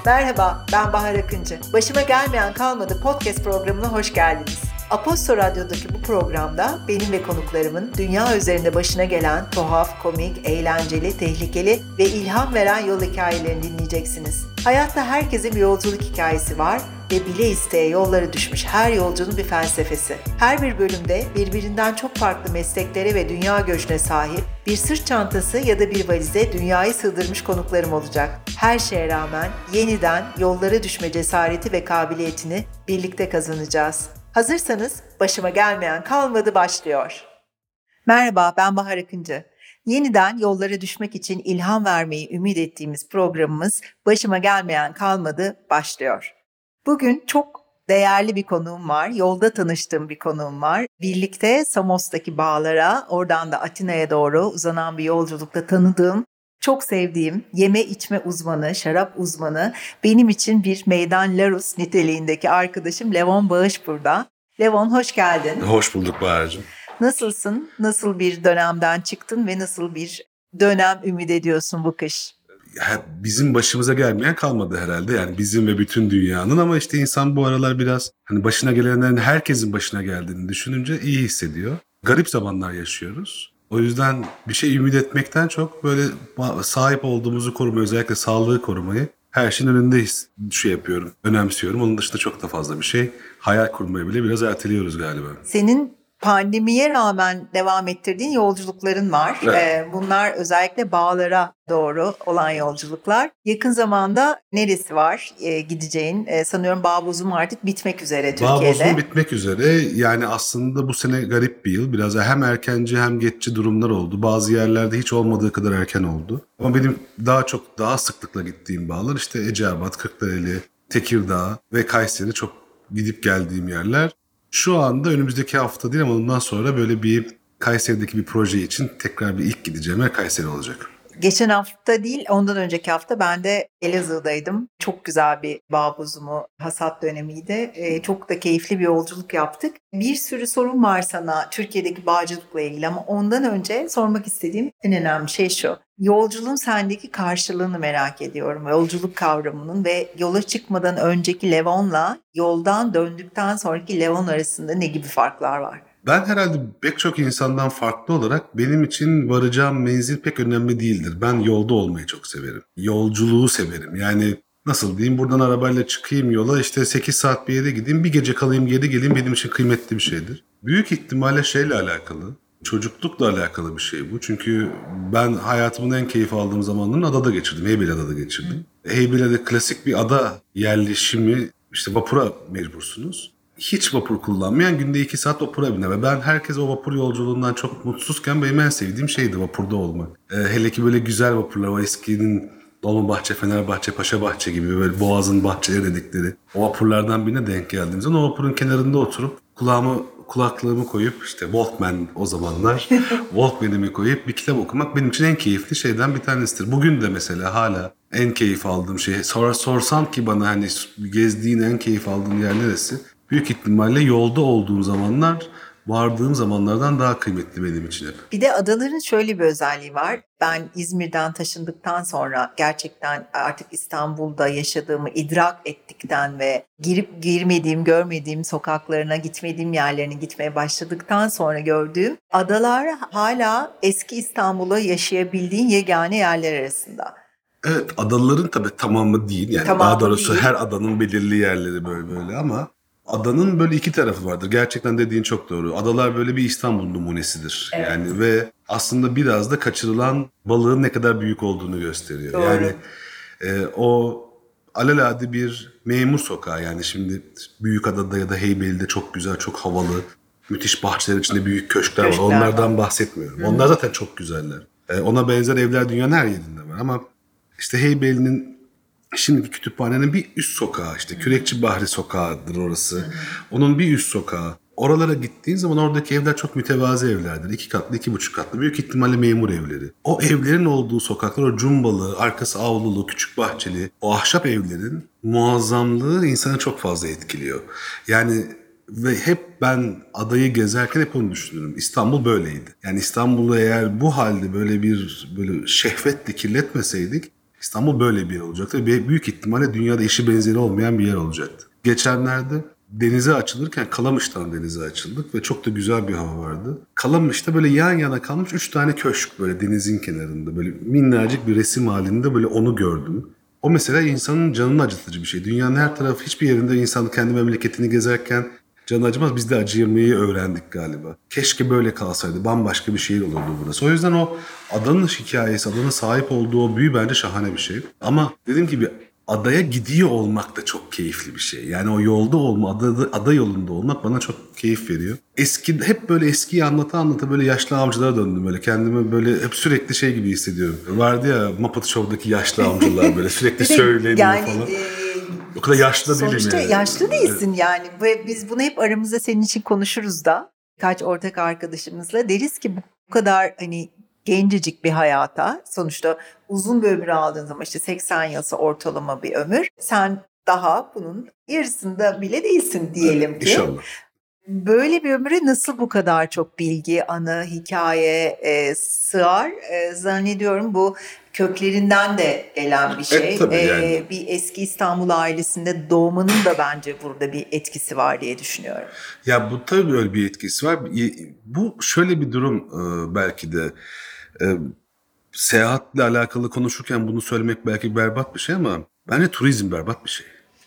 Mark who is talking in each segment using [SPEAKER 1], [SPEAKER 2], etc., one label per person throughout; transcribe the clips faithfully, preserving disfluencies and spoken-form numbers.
[SPEAKER 1] Merhaba, ben Bahar Akıncı. Başıma Gelmeyen Kalmadı podcast programına hoş geldiniz. Aposto Radyo'daki bu programda benim ve konuklarımın dünya üzerinde başına gelen tuhaf, komik, eğlenceli, tehlikeli ve ilham veren yol hikayelerini dinleyeceksiniz. Hayatta herkesin bir yolculuk hikayesi var ve bile isteye yollara düşmüş her yolcunun bir felsefesi. Her bir bölümde birbirinden çok farklı mesleklere ve dünya göçüne sahip bir sırt çantası ya da bir valize dünyayı sığdırmış konuklarım olacak. Her şeye rağmen yeniden yollara düşme cesareti ve kabiliyetini birlikte kazanacağız. Hazırsanız Başıma Gelmeyen Kalmadı başlıyor. Merhaba, ben Bahar Akıncı. Yeniden yollara düşmek için ilham vermeyi ümit ettiğimiz programımız Başıma Gelmeyen Kalmadı başlıyor. Bugün çok değerli bir konuğum var, yolda tanıştığım bir konuğum var. Birlikte Samos'taki bağlara, oradan da Atina'ya doğru uzanan bir yolculukta tanıdığım, çok sevdiğim yeme içme uzmanı, şarap uzmanı, benim için bir meydan Larus niteliğindeki arkadaşım Levon Bağış burada. Levon, hoş geldin.
[SPEAKER 2] Hoş bulduk Bahar'cığım.
[SPEAKER 1] Nasılsın? Nasıl bir dönemden çıktın ve nasıl bir dönem ümit ediyorsun bu kış?
[SPEAKER 2] Ya, bizim başımıza gelmeyen kalmadı herhalde. Yani bizim ve bütün dünyanın, ama işte insan bu aralar biraz hani başına gelenlerin herkesin başına geldiğini düşününce iyi hissediyor. Garip zamanlar yaşıyoruz. O yüzden bir şey ümit etmekten çok böyle sahip olduğumuzu korumayı, özellikle sağlığı korumayı her şeyin önünde şey yapıyorum, önemsiyorum. Onun dışında çok da fazla bir şey. Hayal kurmayı bile biraz erteliyoruz galiba.
[SPEAKER 1] Senin pandemiye rağmen devam ettirdiğin yolculukların var.
[SPEAKER 2] Evet.
[SPEAKER 1] Bunlar özellikle bağlara doğru olan yolculuklar. Yakın zamanda neresi var e, gideceğin? E, sanıyorum Bağbozum artık bitmek üzere Türkiye'de.
[SPEAKER 2] Bağbozum bitmek üzere. Yani aslında bu sene garip bir yıl. Biraz hem erkenci hem geçici durumlar oldu. Bazı yerlerde hiç olmadığı kadar erken oldu. Ama benim daha çok daha sıklıkla gittiğim bağlar işte Eceabat, Kırklareli, Tekirdağ ve Kayseri, çok gidip geldiğim yerler. Şu anda önümüzdeki hafta değil ama ondan sonra böyle bir Kayseri'deki bir proje için tekrar bir ilk gideceğim yer Kayseri olacak.
[SPEAKER 1] Geçen hafta değil, ondan önceki hafta ben de Elazığ'daydım. Çok güzel bir bağ bozumu hasat dönemiydi. Ee, çok da keyifli bir yolculuk yaptık. Bir sürü sorun var sana Türkiye'deki bağcılıkla ilgili, ama ondan önce sormak istediğim en önemli şey şu. Yolculuğun sendeki karşılığını merak ediyorum. Yolculuk kavramının ve yola çıkmadan önceki Levon'la yoldan döndükten sonraki Levon arasında ne gibi farklar var?
[SPEAKER 2] Ben herhalde pek çok insandan farklı olarak benim için varacağım menzil pek önemli değildir. Ben yolda olmayı çok severim. Yolculuğu severim. Yani nasıl diyeyim, buradan arabayla çıkayım yola, işte sekiz saat bir yere gideyim, bir gece kalayım geri geleyim, benim için kıymetli bir şeydir. Büyük ihtimalle şeyle alakalı, çocuklukla alakalı bir şey bu. Çünkü ben hayatımın en keyif aldığım zamanlarını adada geçirdim. Heybeliada'da geçirdim. Heybeliada klasik bir ada yerleşimi, işte vapura mecbursunuz. Hiç vapur kullanmayan günde iki saat vapura biner ve ben herkes o vapur yolculuğundan çok mutsuzken benim en sevdiğim şeydi vapurda olmak. Ee, hele ki böyle güzel vapurlar, o eskinin Dolmabahçe, Fenerbahçe, Paşabahçe gibi böyle Boğaz'ın bahçeleri dedikleri o vapurlardan birine denk geldiğim zaman o vapurun kenarında oturup kulağımı kulaklığımı koyup, işte Walkman o zamanlar Walkman'imi koyup bir kitap okumak benim için en keyifli şeyden bir tanesidir. Bugün de mesela hala en keyif aldığım şey, sonra sorsam ki bana hani gezdiğin en keyif aldığın yer neresi? Büyük ihtimalle yolda olduğum zamanlar vardığım zamanlardan daha kıymetli benim için hep.
[SPEAKER 1] Bir de adaların şöyle bir özelliği var. Ben İzmir'den taşındıktan sonra gerçekten artık İstanbul'da yaşadığımı idrak ettikten ve girip girmediğim, görmediğim sokaklarına, gitmediğim yerlerine gitmeye başladıktan sonra gördüğüm adalar hala eski İstanbul'u yaşayabildiğin yegane yerler arasında.
[SPEAKER 2] Evet, adaların tabii tamamı değil. Yani
[SPEAKER 1] tamamı
[SPEAKER 2] daha doğrusu
[SPEAKER 1] değil.
[SPEAKER 2] her adanın belirli yerleri böyle böyle ama adanın böyle iki tarafı vardır. Gerçekten dediğin çok doğru. Adalar böyle bir İstanbul numunesidir.
[SPEAKER 1] Evet.
[SPEAKER 2] Yani ve aslında biraz da kaçırılan balığın ne kadar büyük olduğunu gösteriyor.
[SPEAKER 1] Doğru.
[SPEAKER 2] Yani e, o alelade bir memur sokağı, yani şimdi Büyükada'da ya da Heybeli'de çok güzel, çok havalı, müthiş bahçeler içinde büyük köşkler,
[SPEAKER 1] Köşkler
[SPEAKER 2] var. Onlardan
[SPEAKER 1] var.
[SPEAKER 2] bahsetmiyorum. Hı. Onlar zaten çok güzeller. E, ona benzer evler dünyanın her yerinde var ama işte Heybeli'nin şimdiki kütüphanenin bir üst sokağı, işte Kürekçi Bahri Sokağı'dır orası. Hı hı. Onun bir üst sokağı. Oralara gittiğin zaman oradaki evler çok mütevazi evlerdir. İki katlı, iki buçuk katlı. Büyük ihtimalle memur evleri. O evlerin olduğu sokaklar, o cumbalı, arkası avlulu, küçük bahçeli, o ahşap evlerin muazzamlığı insanı çok fazla etkiliyor. Yani ve hep ben adayı gezerken hep onu düşünürüm. İstanbul böyleydi. Yani İstanbul'u eğer bu halde böyle bir böyle şehvetle kirletmeseydik, İstanbul böyle bir yer olacaktı ve büyük ihtimalle dünyada eşi benzeri olmayan bir yer olacaktı. Geçenlerde denize açılırken Kalamış'tan denize açıldık ve çok da güzel bir hava vardı. Kalamış'ta böyle yan yana kalmış üç tane köşk böyle denizin kenarında böyle minnacık bir resim halinde böyle onu gördüm. O mesela insanın canını acıtıcı bir şey. Dünyanın her tarafı hiçbir yerinde insan kendi memleketini gezerken canı acımaz. Biz de acımayı öğrendik galiba. Keşke böyle kalsaydı. Bambaşka bir şehir olurdu burası. O yüzden o adanın hikayesi, adanın sahip olduğu o büyü bence şahane bir şey. Ama dediğim gibi adaya gidiyor olmak da çok keyifli bir şey. Yani o yolda olma, ada, ada yolunda olmak bana çok keyif veriyor. Eski, hep böyle eskiyi anlata anlata böyle yaşlı avcılara döndüm. Böyle kendimi böyle hep sürekli şey gibi hissediyorum. Vardı ya Muppet Show'daki yaşlı avcılar böyle sürekli söyleniyor
[SPEAKER 1] yani,
[SPEAKER 2] falan.
[SPEAKER 1] E,
[SPEAKER 2] o kadar yaşlı değilim
[SPEAKER 1] sonuçta
[SPEAKER 2] yani.
[SPEAKER 1] yaşlı değilsin yani. Ve biz bunu hep aramızda senin için konuşuruz da. Birkaç ortak arkadaşımızla deriz ki bu kadar hani gencecik bir hayata, sonuçta uzun bir ömür aldığın zaman işte seksen yılsa ortalama bir ömür. Sen daha bunun yarısında bile değilsin diyelim ki.
[SPEAKER 2] İnşallah.
[SPEAKER 1] Böyle bir ömüre nasıl bu kadar çok bilgi, anı, hikaye e, sığar? E, zannediyorum bu köklerinden de gelen bir şey.
[SPEAKER 2] Evet, tabii yani.
[SPEAKER 1] E, bir eski İstanbul ailesinde doğmanın da bence burada bir etkisi var diye düşünüyorum.
[SPEAKER 2] Ya bu tabii böyle bir etkisi var. Bu şöyle bir durum belki de. E, seyahatle alakalı konuşurken bunu söylemek belki berbat bir şey ama bence turizm berbat bir şey.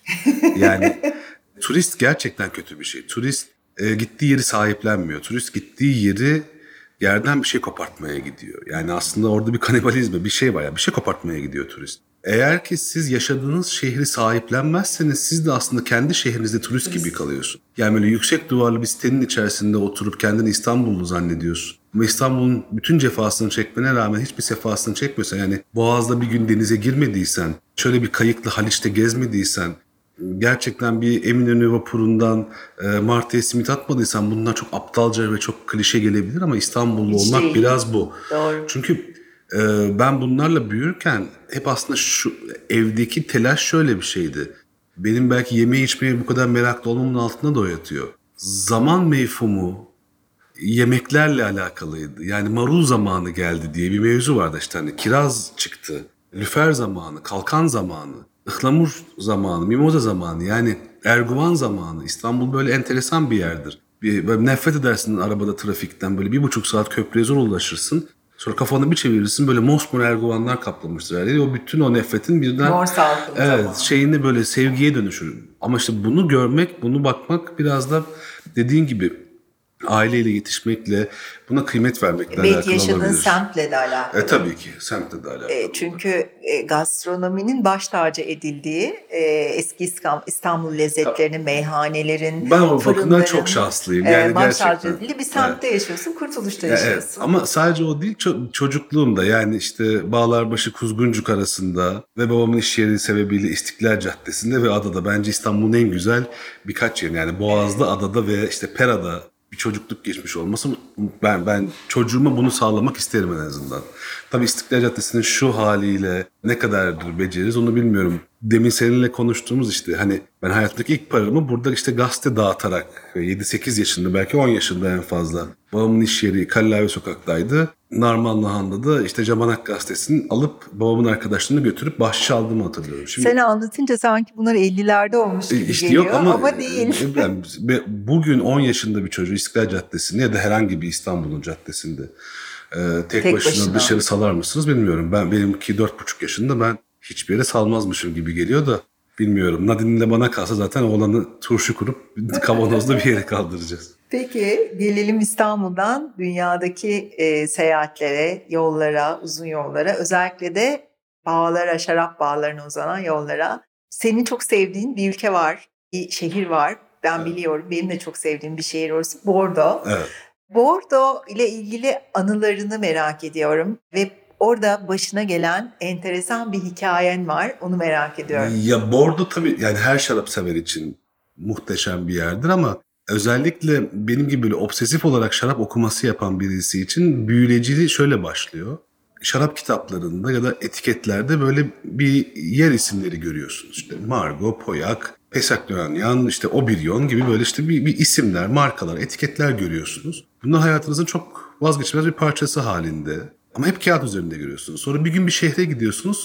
[SPEAKER 2] Yani turist gerçekten kötü bir şey. Turist e, gittiği yeri sahiplenmiyor. Turist gittiği yeri yerden bir şey kopartmaya gidiyor. Yani aslında orada bir kanibalizme bir şey var ya, bir şey kopartmaya gidiyor turist. Eğer ki siz yaşadığınız şehri sahiplenmezseniz siz de aslında kendi şehrinizde turist gibi kalıyorsun. Yani böyle yüksek duvarlı bir sitenin içerisinde oturup kendini İstanbullu zannediyorsun. Ama İstanbul'un bütün cefasını çekmene rağmen hiçbir sefasını çekmiyorsan, yani Boğaz'da bir gün denize girmediysen, şöyle bir kayıkla Haliç'te gezmediysen, gerçekten bir Eminönü vapurundan e, martıya simit atmadıysan bunlar çok aptalca ve çok klişe gelebilir ama İstanbullu
[SPEAKER 1] Hiç
[SPEAKER 2] olmak
[SPEAKER 1] değil.
[SPEAKER 2] biraz bu.
[SPEAKER 1] Doğru.
[SPEAKER 2] Çünkü e, ben bunlarla büyürken hep aslında şu evdeki telaş şöyle bir şeydi. Benim belki yeme içmeye bu kadar meraklı olmamın altına da yatıyor. Zaman mefhumu yemeklerle alakalıydı. Yani marul zamanı geldi diye bir mevzu vardı işte, hani kiraz çıktı, lüfer zamanı, kalkan zamanı, ıhlamur zamanı, mimoza zamanı, yani erguvan zamanı. İstanbul böyle enteresan bir yerdir. Bir, böyle nefret edersin arabada trafikten, böyle bir buçuk saat köprüye zor ulaşırsın. Sonra kafanı bir çevirirsin, böyle mosmor erguvanlar kaplamıştır her yeri. O bütün o nefretin birden
[SPEAKER 1] Mor salkım
[SPEAKER 2] evet,
[SPEAKER 1] zamanı.
[SPEAKER 2] şeyini böyle sevgiye dönüşür. Ama işte bunu görmek, bunu bakmak biraz da dediğin gibi aileyle yetişmekle, buna kıymet vermekle
[SPEAKER 1] Belki
[SPEAKER 2] alakalı
[SPEAKER 1] yaşadığın
[SPEAKER 2] olabilir.
[SPEAKER 1] semtle de alakalı.
[SPEAKER 2] E tabii ki semtle de alakalı.
[SPEAKER 1] E, çünkü e, gastronominin baş tacı edildiği e, eski İstanbul, İstanbul lezzetlerinin, meyhanelerin,
[SPEAKER 2] Ben o bakımdan
[SPEAKER 1] fırınların,
[SPEAKER 2] çok şanslıyım.
[SPEAKER 1] e,
[SPEAKER 2] Yani
[SPEAKER 1] baş tacı
[SPEAKER 2] gerçekten.
[SPEAKER 1] edildiği bir semtte yaşıyorsun, Kurtuluş'ta
[SPEAKER 2] Evet.
[SPEAKER 1] yaşıyorsun.
[SPEAKER 2] Ama sadece o değil, ço- çocukluğumda, yani işte Bağlarbaşı Kuzguncuk arasında ve babamın iş yeri sebebiyle İstiklal Caddesi'nde ve adada, bence İstanbul'un en güzel birkaç yeri. Yani Boğaz'da, adada ve işte Pera'da bir çocukluk geçmiş olması, ben ben çocuğuma bunu sağlamak isterim en azından. Tabii İstiklal Caddesi'nin şu haliyle ne kadardır beceririz onu bilmiyorum. Demin seninle konuştuğumuz işte, hani ben hayatımdaki ilk paramı burada işte gazete dağıtarak, yedi sekiz yaşında, belki on yaşında en fazla. Babamın iş yeri Kallavi Sokak'taydı. Narmanlıhan'da da işte Camanak Gazetesi'ni alıp babamın arkadaşlarını götürüp bahşiş aldığımı hatırlıyorum. Şimdi,
[SPEAKER 1] Sen anlatınca sanki bunlar ellilerde olmuş gibi
[SPEAKER 2] işte
[SPEAKER 1] geliyor
[SPEAKER 2] yok ama,
[SPEAKER 1] ama değil.
[SPEAKER 2] Yani bugün on yaşında bir çocuğu İstiklal Caddesi'nde ya da herhangi bir İstanbul'un caddesinde e, tek,
[SPEAKER 1] Tek
[SPEAKER 2] başına,
[SPEAKER 1] başına
[SPEAKER 2] dışarı salar mısınız bilmiyorum. Ben benimki dört buçuk yaşında, ben hiçbir yere salmazmışım gibi geliyor da bilmiyorum. Nadine'le bana kalsa zaten oğlanı turşu kurup kavanozda bir yere kaldıracağız.
[SPEAKER 1] Peki gelelim İstanbul'dan dünyadaki e, seyahatlere, yollara, uzun yollara, özellikle de bağlara, şarap bağlarına uzanan yollara. Senin çok sevdiğin bir ülke var, bir şehir var. Ben
[SPEAKER 2] Evet.
[SPEAKER 1] biliyorum, benim de çok sevdiğim bir şehir orası, Bordeaux.
[SPEAKER 2] Evet.
[SPEAKER 1] Bordeaux ile ilgili anılarını merak ediyorum ve orada başına gelen enteresan bir hikayen var, onu merak ediyorum.
[SPEAKER 2] Ya Bordeaux tabii yani her şarap sever için muhteşem bir yerdir ama özellikle benim gibi böyle obsesif olarak şarap okuması yapan birisi için büyüleciliği şöyle başlıyor. Şarap kitaplarında ya da etiketlerde böyle bir yer isimleri görüyorsunuz. İşte Margaux, Pauillac, Pessac de Agnan, işte Aubryon gibi böyle işte bir, bir isimler, markalar, etiketler görüyorsunuz. Bunlar hayatınızın çok vazgeçilmez bir parçası halinde. Ama hep kağıt üzerinde görüyorsunuz. Sonra bir gün bir şehre gidiyorsunuz.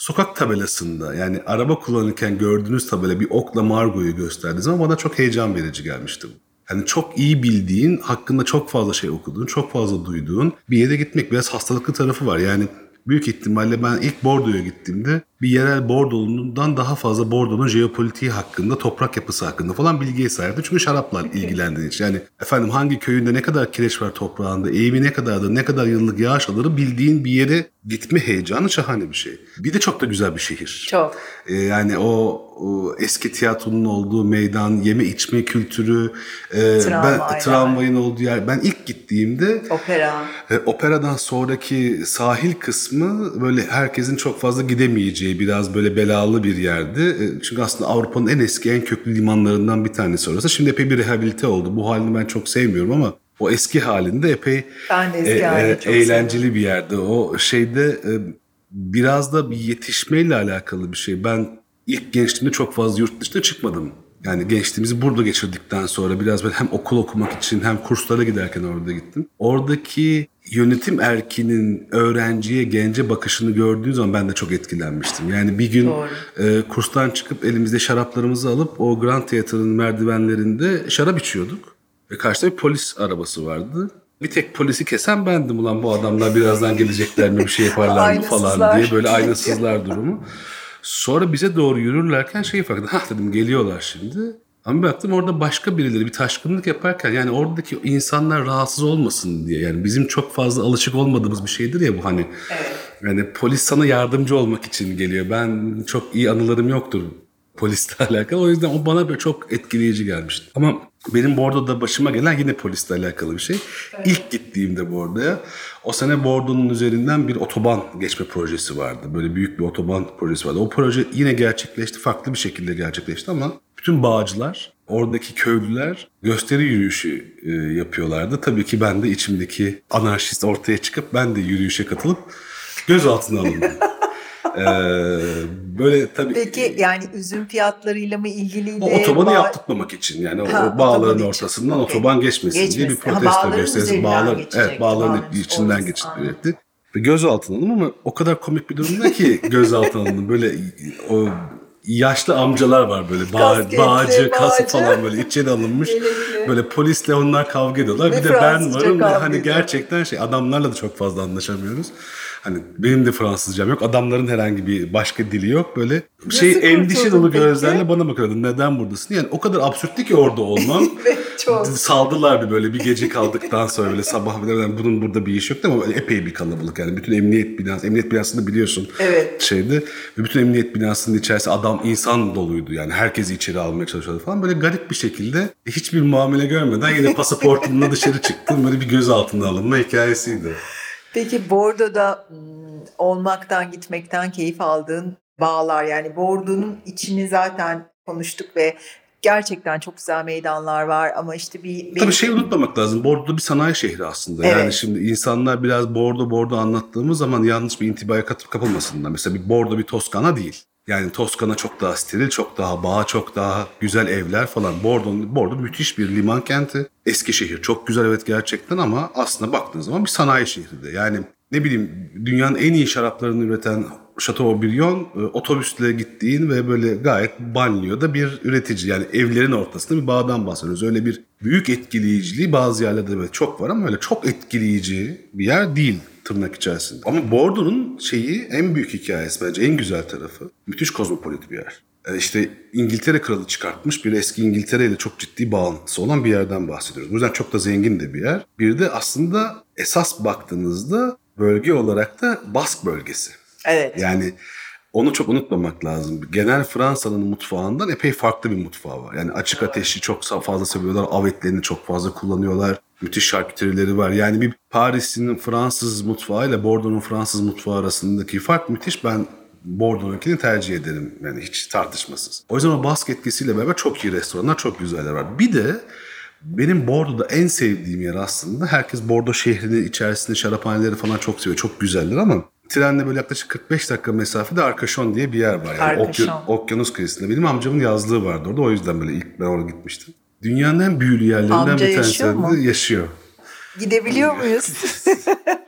[SPEAKER 2] sokak tabelasında, yani araba kullanırken gördüğünüz tabela bir okla Margot'u gösterdiği zaman bana çok heyecan verici gelmişti bu. Yani çok iyi bildiğin, hakkında çok fazla şey okuduğun, çok fazla duyduğun bir yere gitmek biraz hastalıklı tarafı var. Yani büyük ihtimalle ben ilk Bordo'ya gittiğimde bir yerel Bordolu'dan daha fazla Bordo'nun jeopolitiği hakkında, toprak yapısı hakkında falan bilgiye sahipti. Çünkü şarapla ilgilendiği için. Yani efendim hangi köyünde ne kadar kireç var toprağında, eğimi ne kadardır, ne kadar yıllık yağış alır bildiğin bir yere gitme heyecanı şahane bir şey. Bir de çok da güzel bir şehir.
[SPEAKER 1] Çok.
[SPEAKER 2] Ee, yani o, o eski tiyatronun olduğu meydan, yeme içme kültürü, e, ben, tramvayın olduğu yer. Ben ilk gittiğimde
[SPEAKER 1] opera.
[SPEAKER 2] E, operadan sonraki sahil kısmı böyle herkesin çok fazla gidemeyeceği biraz böyle belalı bir yerdi. E, çünkü aslında Avrupa'nın en eski, en köklü limanlarından bir tanesi orası. Şimdi epey bir rehabilite oldu. Bu halini ben çok sevmiyorum ama o eski halinde epey
[SPEAKER 1] ben de eski
[SPEAKER 2] e,
[SPEAKER 1] halini
[SPEAKER 2] e,
[SPEAKER 1] çok
[SPEAKER 2] eğlenceli
[SPEAKER 1] seviyorum.
[SPEAKER 2] bir yerde. O şeyde e, biraz da bir yetişmeyle alakalı bir şey. Ben ilk gençliğimde çok fazla yurt dışına çıkmadım. Yani gençliğimizi burada geçirdikten sonra biraz böyle hem okul okumak için hem kurslara giderken orada gittim. Oradaki yönetim erkinin öğrenciye, gence bakışını gördüğüm zaman ben de çok etkilenmiştim. Yani bir gün e, kurstan çıkıp elimizde şaraplarımızı alıp o Grand Theatre'ın merdivenlerinde şarap içiyorduk. Ve karşıda bir polis arabası vardı. Bir tek polisi kesen bendim, ulan bu adamlar birazdan gelecekler mi, bir şey yaparlar mı falan diye, böyle aynasızlar durumu. Sonra bize doğru yürürlerken şeyi fark ettim. Hah dedim, geliyorlar şimdi. Ama baktım orada başka birileri bir taşkınlık yaparken, yani oradaki insanlar rahatsız olmasın diye. Yani bizim çok fazla alışık olmadığımız bir şeydir ya bu, hani.
[SPEAKER 1] Evet.
[SPEAKER 2] Yani polis sana yardımcı olmak için geliyor. Ben çok iyi anılarım yoktur polisle alakalı. O yüzden o bana böyle çok etkileyici gelmişti. Ama benim Bordo'da başıma gelen yine polisle alakalı bir şey. Evet. İlk gittiğimde Bordo'ya, o sene Bordo'nun üzerinden bir otoban geçme projesi vardı. Böyle büyük bir otoban projesi vardı. O proje yine gerçekleşti. Farklı bir şekilde gerçekleşti ama bütün bağcılar, oradaki köylüler gösteri yürüyüşü e, yapıyorlardı. Tabii ki ben de içimdeki anarşist ortaya çıkıp ben de yürüyüşe katılıp gözaltına alındım. Ee, böyle tabii.
[SPEAKER 1] Peki yani üzüm fiyatlarıyla mı ilgili
[SPEAKER 2] o otobanı bağ... yaptırmamak için, yani ha, o bağların ortasından okay. otoban geçmesin, geçmesin diye bir protesto gösterisi. Bağlar, evet, bağların içinden geçilecekti. Ve gözaltına alındım ama o kadar komik bir durumda ki gözaltına alındım. Böyle o yaşlı amcalar var böyle bağ, bağcı, kası falan böyle içeri alınmış. Böyle polisle onlar kavga ediyorlar. Ve bir de ben varım ve hani gerçekten şey, adamlarla da çok fazla anlaşamıyoruz. Hani benim de Fransızcam yok. Adamların herhangi bir başka dili yok. Böyle şey, endişe dolu gözlerle bana bakıyordu. Neden buradasın? Yani o kadar absürttü ki orada olmam. Saldılar bir böyle bir gece kaldıktan sonra böyle sabah yani bunun burada bir iş yok ama epey bir kalabalık yani. Bütün emniyet binası, emniyet binasını biliyorsun.
[SPEAKER 1] Evet.
[SPEAKER 2] Şeyde ve bütün emniyet binasının içerisi adam insan doluydu yani. Herkesi içeri almaya çalışıyordu falan. Böyle garip bir şekilde hiçbir muamele görmeden yine pasaportumla dışarı çıktım. Böyle bir gözaltına alınma hikayesiydi.
[SPEAKER 1] Peki Bordo'da olmaktan, gitmekten keyif aldığın bağlar, yani Bordo'nun içini zaten konuştuk ve gerçekten çok güzel meydanlar var ama işte bir...
[SPEAKER 2] Tabii şey unutmamak lazım, Bordo bir sanayi şehri aslında. Evet. Yani şimdi insanlar biraz Bordo Bordo anlattığımız zaman yanlış bir intibaya kapılmasınlar. Mesela bir Bordo bir Toskana değil. Yani Toskana çok daha steril, çok daha bağ, çok daha güzel evler falan. Bordo, Bordo müthiş bir liman kenti. Eskişehir çok güzel evet gerçekten ama aslında baktığınız zaman bir sanayi şehri de. Yani ne bileyim, dünyanın en iyi şaraplarını üreten Chateaubriand otobüsle gittiğin ve böyle gayet banliyöde bir üretici. Yani evlerin ortasında bir bağdan bahsediyoruz. Öyle bir büyük etkileyiciliği bazı yerlerde evet çok var ama öyle çok etkileyici bir yer değil tırnak içerisinde. Ama Bordo'nun şeyi, en büyük hikayesi bence, en güzel tarafı, müthiş kozmopolit bir yer. E işte İngiltere kralı çıkartmış bir eski İngiltere ile çok ciddi bağlantısı olan bir yerden bahsediyoruz. Bu yüzden çok da zengin de bir yer. Bir de aslında esas baktığınızda bölge olarak da Bask bölgesi.
[SPEAKER 1] Evet.
[SPEAKER 2] Yani onu çok unutmamak lazım. Genel Fransa'nın mutfağından epey farklı bir mutfağı var. Yani açık ateşi çok fazla seviyorlar. Av etlerini çok fazla kullanıyorlar. Müthiş şarküterileri var. Yani bir Paris'in Fransız mutfağı ile Bordeaux'un Fransız mutfağı arasındaki fark müthiş. Ben Bordeaux'unkini tercih ederim. Yani hiç tartışmasız. O yüzden o Bask etkisiyle beraber çok iyi restoranlar, çok güzeller var. Bir de benim Bordeaux'da en sevdiğim yer aslında, herkes Bordeaux şehrinin içerisinde şaraphaneleri falan çok seviyor. Çok güzeller ama trenle böyle yaklaşık kırk beş dakika mesafede Arcachon diye bir yer var. Yani Okya- okyanus kıyısında. Benim amcamın yazlığı vardı orada. O yüzden böyle ilk ben oraya gitmiştim. Dünyanın en büyülü yerlerinden
[SPEAKER 1] Amca
[SPEAKER 2] bir tanesi
[SPEAKER 1] yaşıyor mu?
[SPEAKER 2] yaşıyor.
[SPEAKER 1] Gidebiliyor muyuz?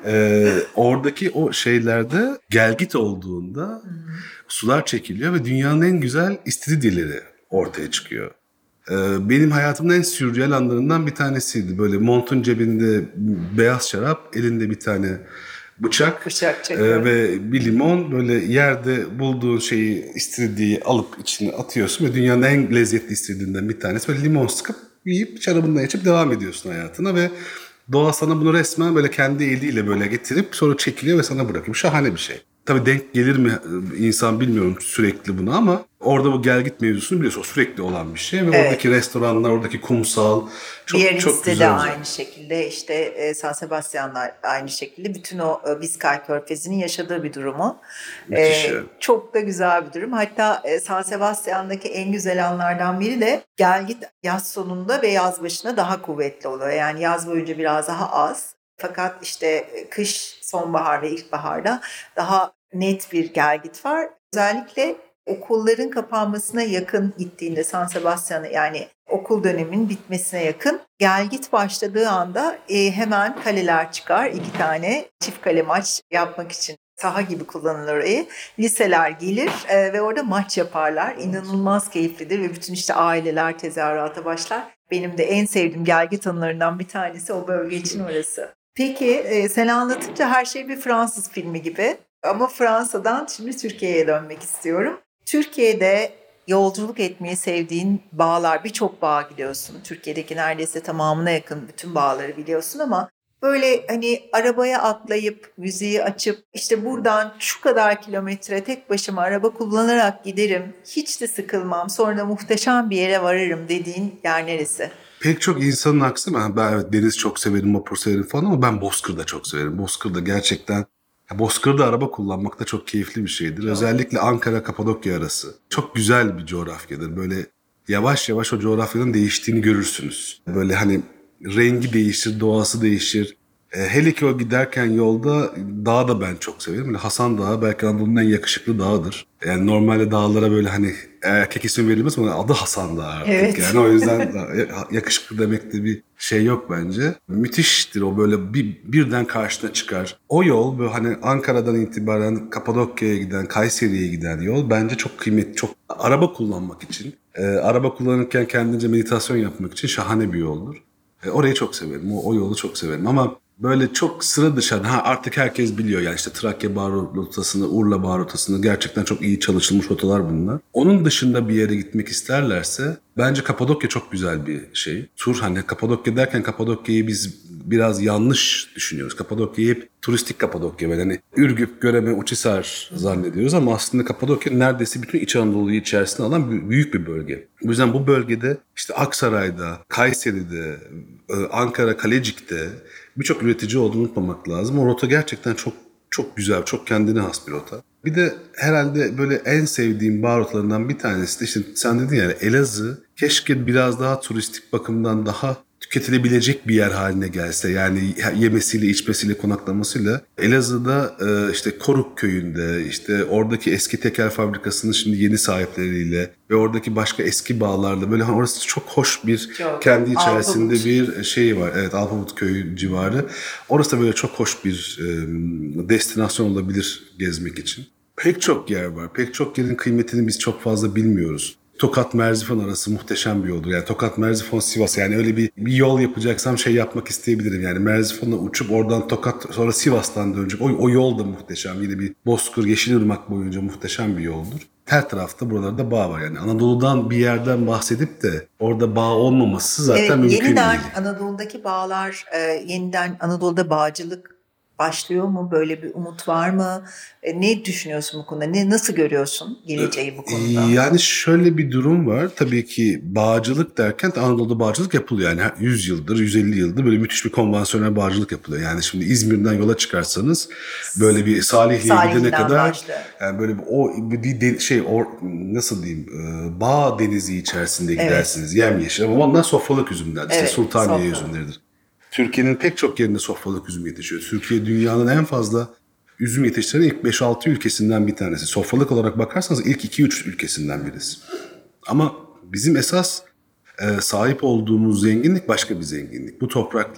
[SPEAKER 2] Ee, oradaki o şeylerde gelgit olduğunda
[SPEAKER 1] Hı-hı.
[SPEAKER 2] sular çekiliyor ve dünyanın en güzel istiridyeleri ortaya çıkıyor. Ee, benim hayatımın en sürreal anlarından bir tanesiydi. Böyle montun cebinde beyaz şarap, elinde bir tane bıçak,
[SPEAKER 1] Bıçak
[SPEAKER 2] e, ve bir limon, böyle yerde bulduğun şeyi, istiridyeyi alıp içine atıyorsun ve dünyanın en lezzetli istiridyenden bir tanesi. Böyle limon sıkıp yiyip şarabından içip devam ediyorsun hayatına ve doğa sana bunu resmen böyle kendi eliyle böyle getirip sonra çekiliyor ve sana bırakıyor. Şahane bir şey. Tabii denk gelir mi insan bilmiyorum sürekli buna ama orada bu gelgit mevzusunu biliyorsun. O sürekli olan bir şey ve
[SPEAKER 1] Evet.
[SPEAKER 2] oradaki restoranlar, oradaki kumsal çok
[SPEAKER 1] Biarritz'te
[SPEAKER 2] çok
[SPEAKER 1] de
[SPEAKER 2] güzel.
[SPEAKER 1] aynı şekilde, işte e, San Sebastian'da aynı şekilde bütün o e, Biskay Körfezi'nin yaşadığı bir durumu.
[SPEAKER 2] Müthiş
[SPEAKER 1] E,
[SPEAKER 2] yani.
[SPEAKER 1] çok da güzel bir durum. Hatta e, San Sebastian'daki en güzel anlardan biri de gelgit yaz sonunda ve yaz başına daha kuvvetli oluyor. Yani yaz boyunca biraz daha az. Fakat işte e, kış, sonbahar ve ilkbaharda daha net bir gelgit var. Özellikle okulların kapanmasına yakın gittiğinde San Sebastian'a, yani okul döneminin bitmesine yakın, gelgit başladığı anda e, hemen kaleler çıkar. İki tane çift kale maç yapmak için saha gibi kullanılır orayı. Liseler gelir e, ve orada maç yaparlar. İnanılmaz keyiflidir ve bütün işte aileler tezahürata başlar. Benim de en sevdiğim gelgit anılarından bir tanesi o bölge için orası. Peki e, sen anlatınca her şey bir Fransız filmi gibi. Ama Fransa'dan şimdi Türkiye'ye dönmek istiyorum. Türkiye'de yolculuk etmeyi sevdiğin bağlar, birçok bağ gidiyorsun. Türkiye'deki neredeyse tamamına yakın bütün bağları biliyorsun ama böyle hani arabaya atlayıp, müziği açıp, işte buradan şu kadar kilometre tek başıma araba kullanarak giderim, hiç de sıkılmam, sonra da muhteşem bir yere varırım dediğin yer neresi?
[SPEAKER 2] Pek çok insanın aksine ben evet deniz çok severim, vapur severim falan ama ben Bozkır'da çok severim. Bozkır'da gerçekten, ya Bozkır'da araba kullanmak da çok keyifli bir şeydir.
[SPEAKER 1] Evet.
[SPEAKER 2] Özellikle Ankara-Kapadokya arası. Çok güzel bir coğrafyadır. Böyle yavaş yavaş o coğrafyanın değiştiğini görürsünüz. Böyle hani rengi değişir, doğası değişir. E, hele ki o giderken yolda dağı da ben çok severim. Böyle Hasan Dağı belki Anadolu'nun en yakışıklı dağıdır. Yani normalde dağlara böyle hani erkek ismi verilmez ama adı Hasan Dağı artık.
[SPEAKER 1] Evet.
[SPEAKER 2] Yani o yüzden yakışıklı demekte bir şey yok bence. Müthiştir o, böyle bir, birden karşına çıkar. O yol böyle hani Ankara'dan itibaren Kapadokya'ya giden, Kayseri'ye giden yol bence çok kıymetli. Çok araba kullanmak için, e, araba kullanırken kendince meditasyon yapmak için şahane bir yoldur. E, orayı çok severim. O, o yolu çok severim ama böyle çok sıra dışı, ha artık herkes biliyor yani işte Trakya Bağ rotasını, Urla Bağ rotasını, gerçekten çok iyi çalışılmış rotalar bunlar. Onun dışında bir yere gitmek isterlerse bence Kapadokya çok güzel bir şey. Tur, hani Kapadokya derken Kapadokya'yı biz biraz yanlış düşünüyoruz. Kapadokya'yı hep turistik Kapadokya böyle hani Ürgüp, Göreme, Uçhisar zannediyoruz ama aslında Kapadokya neredeyse bütün İç Anadolu'yu içerisine alan büyük bir bölge. O yüzden bu bölgede işte Aksaray'da, Kayseri'de, Ankara, Kalecik'te birçok üretici olduğunu unutmamak lazım. O rota gerçekten çok çok güzel, çok kendine has bir rota. Bir de herhalde böyle en sevdiğim bağ rotalarından bir tanesi de işte sen dedin yani Elazığ keşke biraz daha turistik bakımdan daha tüketilebilecek bir yer haline gelse. Yani yemesiyle, içmesiyle, konaklamasıyla. Elazığ'da işte Koruk köyünde, işte oradaki eski tekel fabrikasının şimdi yeni sahipleriyle ve oradaki başka eski bağlarla böyle orası çok hoş bir çok, kendi içerisinde Alpavut. Bir şey var. Evet, Alpavut köyü civarı. Orası da böyle çok hoş bir destinasyon olabilir gezmek için. Pek çok yer var. Pek çok yerin kıymetini biz çok fazla bilmiyoruz. Tokat-Merzifon arası muhteşem bir yoldur. Yani Tokat-Merzifon-Sivas, yani öyle bir, bir yol yapacaksam şey yapmak isteyebilirim. Yani Merzifon'la uçup oradan Tokat, sonra Sivas'tan dönecek. O, o yol da muhteşem. Yine bir Bozkır, Yeşilırmak boyunca muhteşem bir yoldur. Her tarafta buralarda bağ var. Yani Anadolu'dan bir yerden bahsedip de orada bağ olmaması zaten evet, mümkün
[SPEAKER 1] yeniden
[SPEAKER 2] değil.
[SPEAKER 1] Yeniden Anadolu'daki bağlar, e, yeniden Anadolu'da bağcılık başlıyor mu? Böyle bir umut var mı? E, ne düşünüyorsun bu konuda? Ne, nasıl görüyorsun geleceği bu konuda?
[SPEAKER 2] Yani şöyle bir durum var. Tabii ki bağcılık derken Anadolu'da bağcılık yapılıyor. Yani yüz yıldır, yüz elli yıldır böyle müthiş bir konvansiyonel bağcılık yapılıyor. Yani şimdi İzmir'den yola çıkarsanız böyle bir Salihli'ye gidene kadar başlıyor. Yani böyle bir, o bir de, şey or, nasıl diyeyim bağ denizi içerisinde gidersiniz. Evet. Yemyeşil ama ondan sofralık üzümler. İşte evet, Sultaniye sofralık üzümleridir. Türkiye'nin pek çok yerinde sofralık üzüm yetişiyor. Türkiye dünyanın en fazla üzüm yetiştiren ilk beş altı ülkesinden bir tanesi. Sofralık olarak bakarsanız ilk iki üç ülkesinden birisi. Ama bizim esas e, sahip olduğumuz zenginlik başka bir zenginlik. Bu topraklar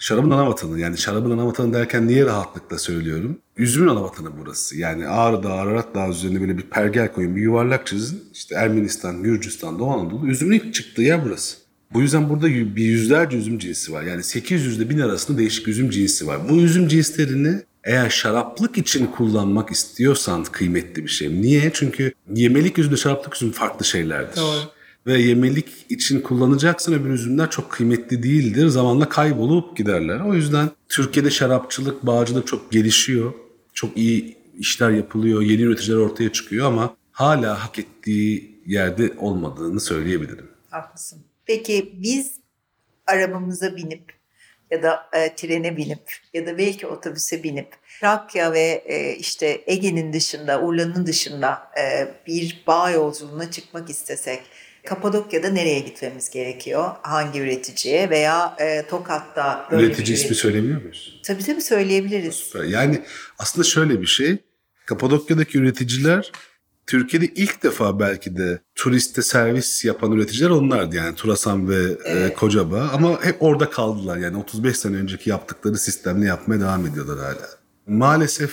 [SPEAKER 2] Şarabın ana vatanı. Yani şarabın ana vatanı derken niye rahatlıkla söylüyorum? Üzümün ana vatanı burası. Yani Ağrı Dağı, Ararat Dağı üzerine böyle bir pergel koyun, bir yuvarlak çizin. İşte Ermenistan, Gürcistan, Doğu Anadolu. Üzümün ilk çıktığı yer burası. Bu yüzden burada bir yüzlerce üzüm cinsi var. Yani sekiz yüz ile bin arasında değişik üzüm cinsi var. Bu üzüm cinslerini eğer şaraplık için kullanmak istiyorsan kıymetli bir şey. Niye? Çünkü yemelik üzümle şaraplık üzüm farklı şeylerdir.
[SPEAKER 1] Doğru.
[SPEAKER 2] Ve yemelik için kullanacaksan öbür üzümler çok kıymetli değildir. Zamanla kaybolup giderler. O yüzden Türkiye'de şarapçılık, bağcılık çok gelişiyor. Çok iyi işler yapılıyor. Yeni üreticiler ortaya çıkıyor ama hala hak ettiği yerde olmadığını söyleyebilirim.
[SPEAKER 1] Haklısın. Peki biz arabamıza binip ya da e, trene binip ya da belki otobüse binip Trakya ve e, işte Ege'nin dışında, Urla'nın dışında e, bir bağ yolculuğuna çıkmak istesek Kapadokya'da nereye gitmemiz gerekiyor? Hangi üreticiye veya e, Tokat'ta böyle
[SPEAKER 2] Üretici
[SPEAKER 1] bir
[SPEAKER 2] ismi
[SPEAKER 1] üretici...
[SPEAKER 2] söyleyebiliyor muyuz?
[SPEAKER 1] Tabii tabii söyleyebiliriz.
[SPEAKER 2] Süper. Yani aslında şöyle bir şey. Kapadokya'daki üreticiler Türkiye'de ilk defa belki de turiste servis yapan üreticiler onlardı. Yani Turasan ve evet. e, Kocabağ. Ama hep orada kaldılar. Yani otuz beş sene önceki yaptıkları sistemle yapmaya devam ediyorlar hala. Maalesef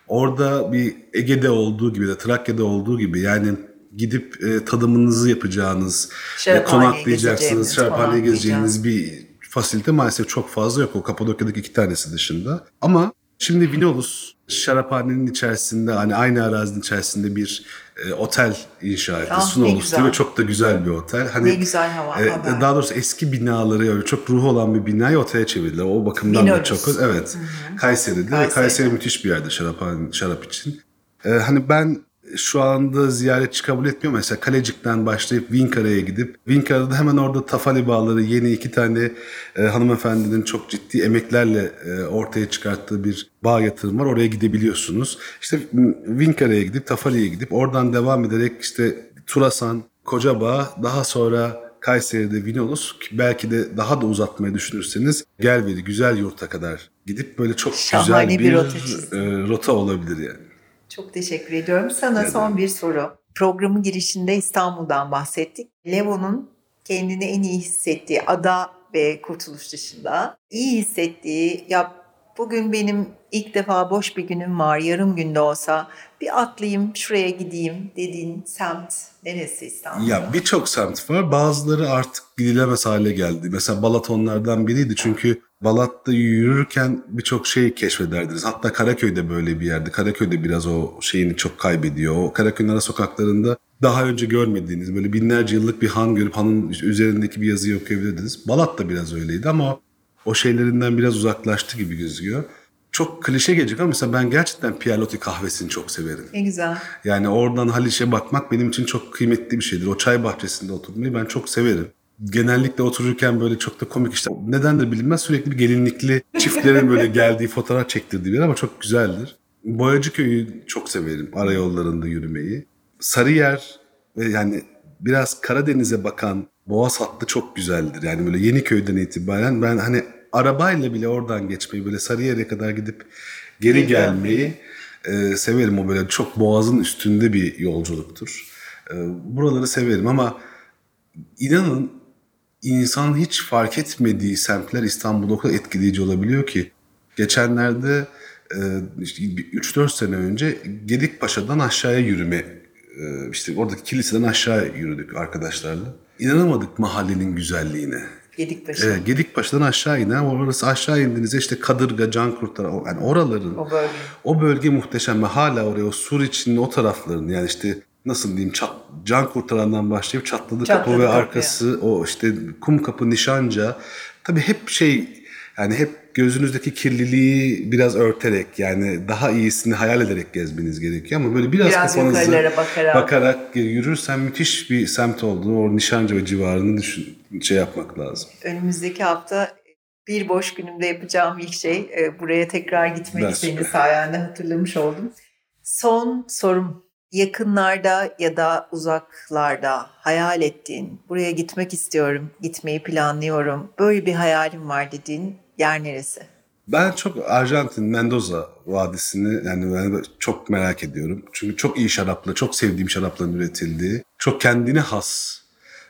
[SPEAKER 2] orada bir Ege'de olduğu gibi de Trakya'da olduğu gibi yani gidip e, tadımınızı yapacağınız, e, konaklayacaksınız, şaraphaneye gezeceğiniz bir fasilite maalesef çok fazla yok. O Kapadokya'daki iki tanesi dışında. Ama şimdi Vinolus şaraphanenin içerisinde hani aynı arazinin içerisinde bir e, otel inşa etti.
[SPEAKER 1] Ah,
[SPEAKER 2] Sunolus diye ve çok da güzel bir otel. Hani,
[SPEAKER 1] ne güzel hava.
[SPEAKER 2] E, daha doğrusu eski binaları öyle çok ruhu olan bir binayı otele çevirdiler. O bakımdan Vinolus. Da çok evet. Hı-hı. Kayseri'de. Kayseri. Kayseri müthiş bir yerde şarap, şarap için. E, hani ben şu anda ziyaretçi kabul etmiyor. Mesela Kalecik'ten başlayıp Vinkara'ya gidip Vinkara'da hemen orada Tafali Bağları yeni iki tane e, hanımefendinin çok ciddi emeklerle e, ortaya çıkarttığı bir bağ yatırım var. Oraya gidebiliyorsunuz. İşte Vinkara'ya gidip Tafali'ye gidip oradan devam ederek işte Turasan, Kocabağ, daha sonra Kayseri'de Vinolus, belki de daha da uzatmayı düşünürseniz Gelveli, Güzel Yurt'a kadar gidip böyle çok
[SPEAKER 1] şahane
[SPEAKER 2] güzel bir,
[SPEAKER 1] bir rota,
[SPEAKER 2] e, rota olabilir yani.
[SPEAKER 1] Çok teşekkür ediyorum. Sana evet. Son bir soru. Programın girişinde İstanbul'dan bahsettik. Levo'nun kendini en iyi hissettiği ada ve Kurtuluş dışında iyi hissettiği, ya bugün benim ilk defa boş bir günüm var, yarım günde olsa bir atlayayım şuraya gideyim dediğin semt neresi İstanbul'da?
[SPEAKER 2] Ya birçok semt var. Bazıları artık gidilemez hale geldi. Mesela Balat onlardan biriydi. Çünkü Balat'ta yürürken birçok şey keşfederdiniz. Hatta Karaköy'de böyle bir yerdi. Karaköy'de biraz o şeyini çok kaybediyor. O Karaköy'ün ara sokaklarında daha önce görmediğiniz böyle binlerce yıllık bir han görüp hanın üzerindeki bir yazıyı okuyabilirdiniz. Balat da biraz öyleydi ama o şeylerinden biraz uzaklaştı gibi gözüküyor. Çok klişe gelecek ama mesela ben gerçekten Pierlotti kahvesini çok severim.
[SPEAKER 1] Ne güzel.
[SPEAKER 2] Yani oradan Haliç'e bakmak benim için çok kıymetli bir şeydir. O çay bahçesinde oturmayı ben çok severim. Genellikle otururken böyle çok da komik işte. Nedendir bilinmez sürekli bir gelinlikli çiftlerin böyle geldiği fotoğraf çektirdiği bir yer ama çok güzeldir. Boyacıköy'ü çok severim. Arayollarında yürümeyi. Sarıyer ve yani biraz Karadeniz'e bakan Boğaz hattı çok güzeldir. Yani böyle Yeniköy'den itibaren ben hani arabayla bile oradan geçmeyi böyle Sarıyer'e kadar gidip geri gelmeyi e, severim. O böyle çok boğazın üstünde bir yolculuktur. E, buraları severim ama inanın insan hiç fark etmediği semtler İstanbul'da o kadar etkileyici olabiliyor ki. Geçenlerde e, işte üç dört sene önce Gedikpaşa'dan aşağıya yürüme, e, işte oradaki kiliseden aşağı yürüdük arkadaşlarla. İnanamadık mahallenin güzelliğine.
[SPEAKER 1] Gedikpaşa.
[SPEAKER 2] Evet, Gedikpaşa'dan aşağı inen, orası aşağı indiğinizde işte Kadırga, Cankurtaran, yani oraların,
[SPEAKER 1] o bölge.
[SPEAKER 2] o bölge muhteşem ve hala oraya o Suriç'in o taraflarını yani işte nasıl diyeyim çat, Cankurtaran'dan başlayıp Çatladı, Çatladı Kapı ve kapı arkası ya. O işte Kumkapı, Nişanca tabii hep şey yani hep gözünüzdeki kirliliği biraz örterek yani daha iyisini hayal ederek gezmeniz gerekiyor ama böyle biraz, biraz kafanızı bakarak. bakarak yürürsen müthiş bir semt olduğunu, o Nişanca ve civarını düşün, şey yapmak lazım.
[SPEAKER 1] Önümüzdeki hafta bir boş günümde yapacağım ilk şey buraya tekrar gitmek senin sayende hatırlamış oldum. Son sorum. Yakınlarda ya da uzaklarda hayal ettiğin, buraya gitmek istiyorum, gitmeyi planlıyorum, böyle bir hayalim var dediğin yer neresi?
[SPEAKER 2] Ben çok Arjantin, Mendoza Vadisi'ni yani ben çok merak ediyorum. Çünkü çok iyi şarapla, çok sevdiğim şarapların üretildiği, çok kendine has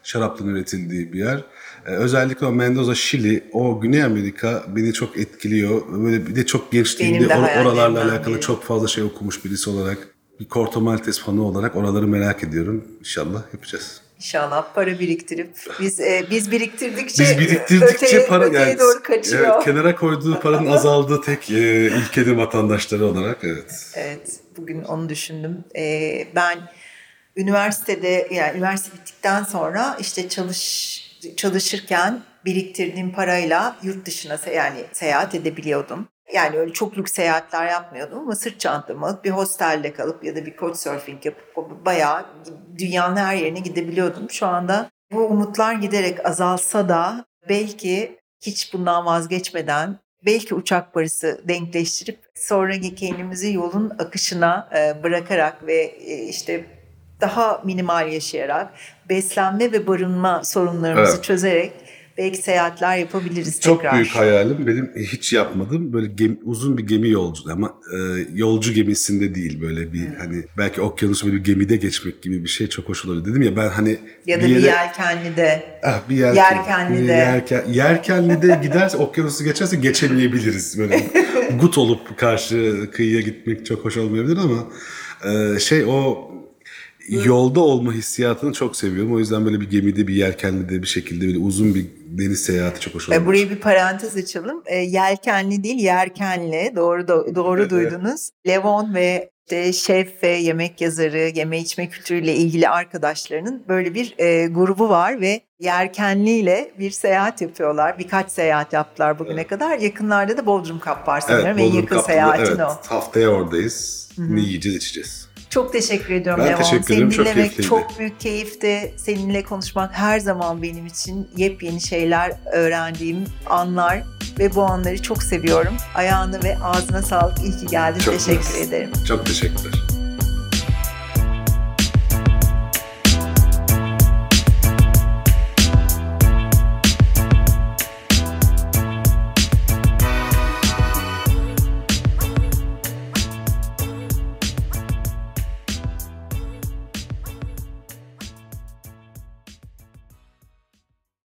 [SPEAKER 2] şarapların üretildiği bir yer. Ee, özellikle o Mendoza, Şili, o Güney Amerika beni çok etkiliyor. Böyle bir de çok gençliğimde
[SPEAKER 1] Benim de
[SPEAKER 2] or- oralarla
[SPEAKER 1] hayallerimden
[SPEAKER 2] alakalı
[SPEAKER 1] biri.
[SPEAKER 2] çok fazla şey okumuş birisi olarak, bir Corto Maltese fanı olarak oraları merak ediyorum. İnşallah yapacağız.
[SPEAKER 1] İnşallah para biriktirip biz e, biz biriktirdikçe
[SPEAKER 2] Biz biriktirdikçe
[SPEAKER 1] öteye,
[SPEAKER 2] para
[SPEAKER 1] öteye
[SPEAKER 2] yani
[SPEAKER 1] doğru kaçıyor.
[SPEAKER 2] evet, kenara koyduğu paranın azaldığı tek e, ülkenin vatandaşları olarak evet.
[SPEAKER 1] Evet, bugün onu düşündüm. Ee, ben üniversitede, yani üniversite bittikten sonra işte çalış çalışırken biriktirdiğim parayla yurt dışına se- yani seyahat edebiliyordum. Yani öyle çok lüks seyahatler yapmıyordum ama sırt çantamı alıp bir hostelde kalıp ya da bir couchsurfing yapıp bayağı dünyanın her yerine gidebiliyordum. Şu anda bu umutlar giderek azalsa da belki hiç bundan vazgeçmeden, belki uçak parası denkleştirip sonra kendimizi yolun akışına e, bırakarak ve e, işte daha minimal yaşayarak, beslenme ve barınma sorunlarımızı
[SPEAKER 2] Evet.
[SPEAKER 1] çözerek belki seyahatler yapabiliriz
[SPEAKER 2] Çok
[SPEAKER 1] tekrar.
[SPEAKER 2] büyük hayalim, benim hiç yapmadım, böyle gemi, uzun bir gemi yolculuğu ama e, yolcu gemisinde değil, böyle bir hani belki okyanusu böyle bir gemide geçmek gibi bir şey çok hoş olur dedim ya ben hani
[SPEAKER 1] Ya da
[SPEAKER 2] bir
[SPEAKER 1] bir
[SPEAKER 2] yere,
[SPEAKER 1] yelkenli de.
[SPEAKER 2] ah, bir yelken,
[SPEAKER 1] Yelkenli
[SPEAKER 2] bir
[SPEAKER 1] de.
[SPEAKER 2] Yerken, yelkenli de giderse okyanusu geçerse geçemeyebiliriz, böyle gut olup karşı kıyıya gitmek çok hoş olmayabilir ama e, şey o yolda olma hissiyatını çok seviyorum. O yüzden böyle bir gemide, bir yelkenli bir şekilde böyle uzun bir deniz seyahati çok hoş olabilir.
[SPEAKER 1] E, Buraya bir parantez açalım. E, yelkenli değil, yerkenli. Doğru do- doğru duydunuz. Levon ve işte şef ve yemek yazarı, yeme içme kültürüyle ilgili arkadaşlarının böyle bir e, grubu var ve yerkenliyle bir seyahat yapıyorlar. Birkaç seyahat yaptılar bugüne
[SPEAKER 2] Evet.
[SPEAKER 1] kadar. Yakınlarda da Bodrum Kamp var sanırım.
[SPEAKER 2] Evet,
[SPEAKER 1] en
[SPEAKER 2] Bodrum
[SPEAKER 1] yakın
[SPEAKER 2] Kaplı'da,
[SPEAKER 1] seyahatin
[SPEAKER 2] evet,
[SPEAKER 1] o.
[SPEAKER 2] haftaya oradayız. Ne yiyeceğiz, içeceğiz.
[SPEAKER 1] Çok teşekkür ediyorum
[SPEAKER 2] Ben
[SPEAKER 1] Levon.
[SPEAKER 2] teşekkür
[SPEAKER 1] Seni
[SPEAKER 2] ederim, çok
[SPEAKER 1] dinlemek
[SPEAKER 2] keyifliydi.
[SPEAKER 1] çok büyük keyifti. Seninle konuşmak her zaman benim için yepyeni şeyler öğrendiğim anlar ve bu anları çok seviyorum. Ayağına ve ağzına sağlık. İyi ki geldin.
[SPEAKER 2] Çok
[SPEAKER 1] teşekkür
[SPEAKER 2] mersi.
[SPEAKER 1] ederim.
[SPEAKER 2] Çok teşekkürler.